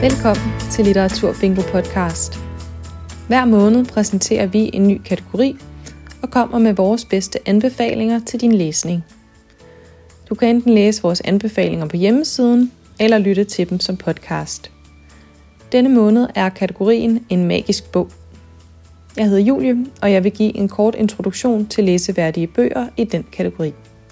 Velkommen til Litteratur Bingo Podcast. Hver måned præsenterer vi en ny kategori og kommer med vores bedste anbefalinger til din læsning. Du kan enten læse vores anbefalinger på hjemmesiden eller lytte til dem som podcast. Denne måned er kategorien en magisk bog. Jeg hedder Julie, og jeg vil give en kort introduktion til læseværdige bøger i den kategori.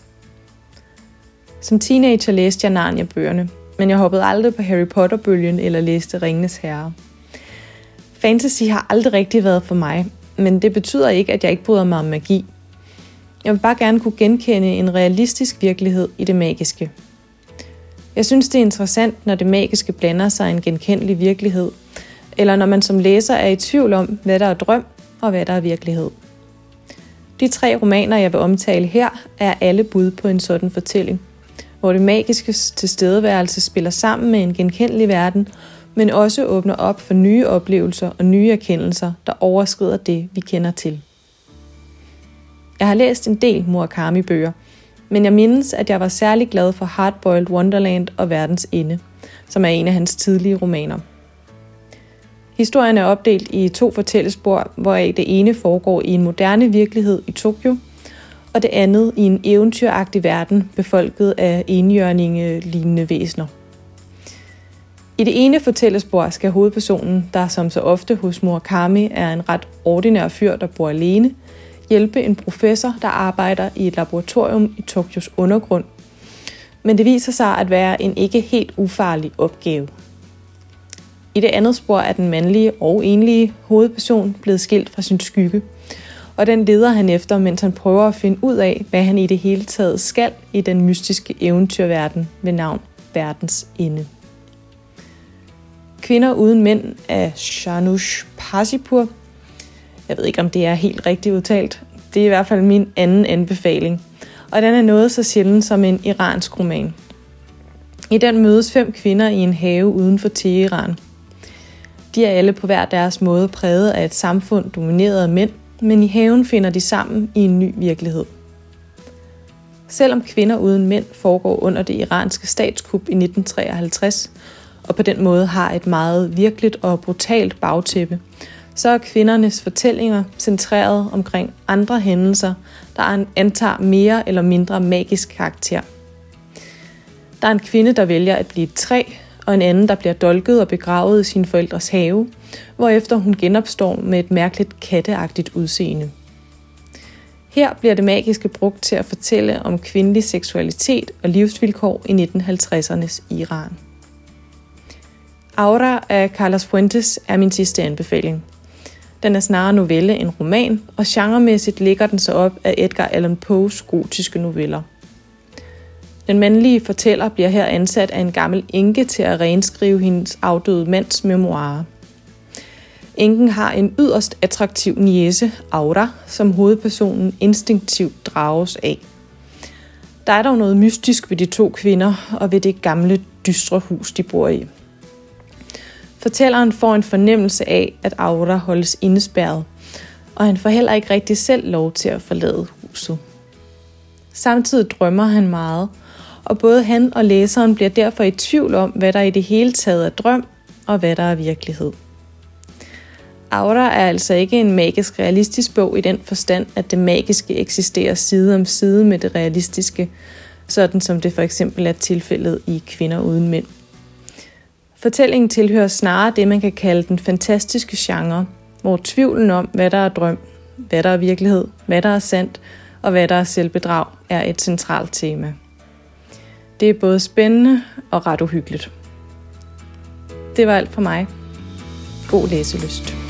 Som teenager læste jeg Narnia-bøgerne, men jeg hoppede aldrig på Harry Potter-bølgen eller læste Ringenes Herre. Fantasy har aldrig rigtig været for mig, men det betyder ikke, at jeg ikke bryder mig om magi. Jeg vil bare gerne kunne genkende en realistisk virkelighed i det magiske. Jeg synes, det er interessant, når det magiske blander sig i en genkendelig virkelighed, eller når man som læser er i tvivl om, hvad der er drøm og hvad der er virkelighed. De 3 romaner, jeg vil omtale her, er alle bud på en sådan fortælling, hvor det magiske tilstedeværelse spiller sammen med en genkendelig verden, men også åbner op for nye oplevelser og nye erkendelser, der overskrider det, vi kender til. Jeg har læst en del Murakami-bøger, men jeg mindes, at jeg var særlig glad for Hardboiled Wonderland og Verdens Ende, som er en af hans tidlige romaner. Historien er opdelt i 2 fortællespor, hvoraf det ene foregår i en moderne virkelighed i Tokyo, og det andet i en eventyragtig verden befolket af enhjørninge-lignende væsener. I det ene fortællespor skal hovedpersonen, der som så ofte hos Murakami er en ret ordinær fyr, der bor alene, hjælpe en professor, der arbejder i et laboratorium i Tokyos undergrund. Men det viser sig at være en ikke helt ufarlig opgave. I det andet spor er den mandlige og enlige hovedperson blevet skilt fra sin skygge, og den leder han efter, mens han prøver at finde ud af, hvad han i det hele taget skal i den mystiske eventyrverden ved navn Verdens Ende. Kvinder uden mænd af Shanush Pasipur. Jeg ved ikke, om det er helt rigtigt udtalt. Det er i hvert fald min anden anbefaling, og den er noget så sjældent som en iransk roman. I den mødes 5 kvinder i en have uden for Teheran. De er alle på hver deres måde præget af et samfund domineret af mænd, men i haven finder de sammen i en ny virkelighed. Selvom Kvinder uden mænd foregår under det iranske statskup i 1953, og på den måde har et meget virkeligt og brutalt bagtæppe, så er kvindernes fortællinger centreret omkring andre hændelser, der antager mere eller mindre magisk karakter. Der er en kvinde, der vælger at blive et træ, og en anden, der bliver dolket og begravet i sin forældres have, hvorefter hun genopstår med et mærkeligt katteagtigt udseende. Her bliver det magiske brugt til at fortælle om kvindelig seksualitet og livsvilkår i 1950'ernes Iran. Aura af Carlos Fuentes er min sidste anbefaling. Den er snarere novelle end roman, og genremæssigt ligger den så op af Edgar Allan Poes gotiske noveller. Den mandlige fortæller bliver her ansat af en gammel enke til at renskrive hendes afdøde mands memoirer. Enken har en yderst attraktiv niece, Aura, som hovedpersonen instinktivt drages af. Der er dog noget mystisk ved de 2 kvinder og ved det gamle, dystre hus, de bor i. Fortælleren får en fornemmelse af, at Aura holdes indespærret, og han får heller ikke rigtig selv lov til at forlade huset. Samtidig drømmer han meget, og både han og læseren bliver derfor i tvivl om, hvad der i det hele taget er drøm, og hvad der er virkelighed. Aura er altså ikke en magisk realistisk bog i den forstand, at det magiske eksisterer side om side med det realistiske, sådan som det for eksempel er tilfældet i Kvinder uden mænd. Fortællingen tilhører snarere det, man kan kalde den fantastiske genre, hvor tvivlen om, hvad der er drøm, hvad der er virkelighed, hvad der er sandt og hvad der er selvbedrag, er et centralt tema. Det er både spændende og ret uhyggeligt. Det var alt for mig. God læselyst.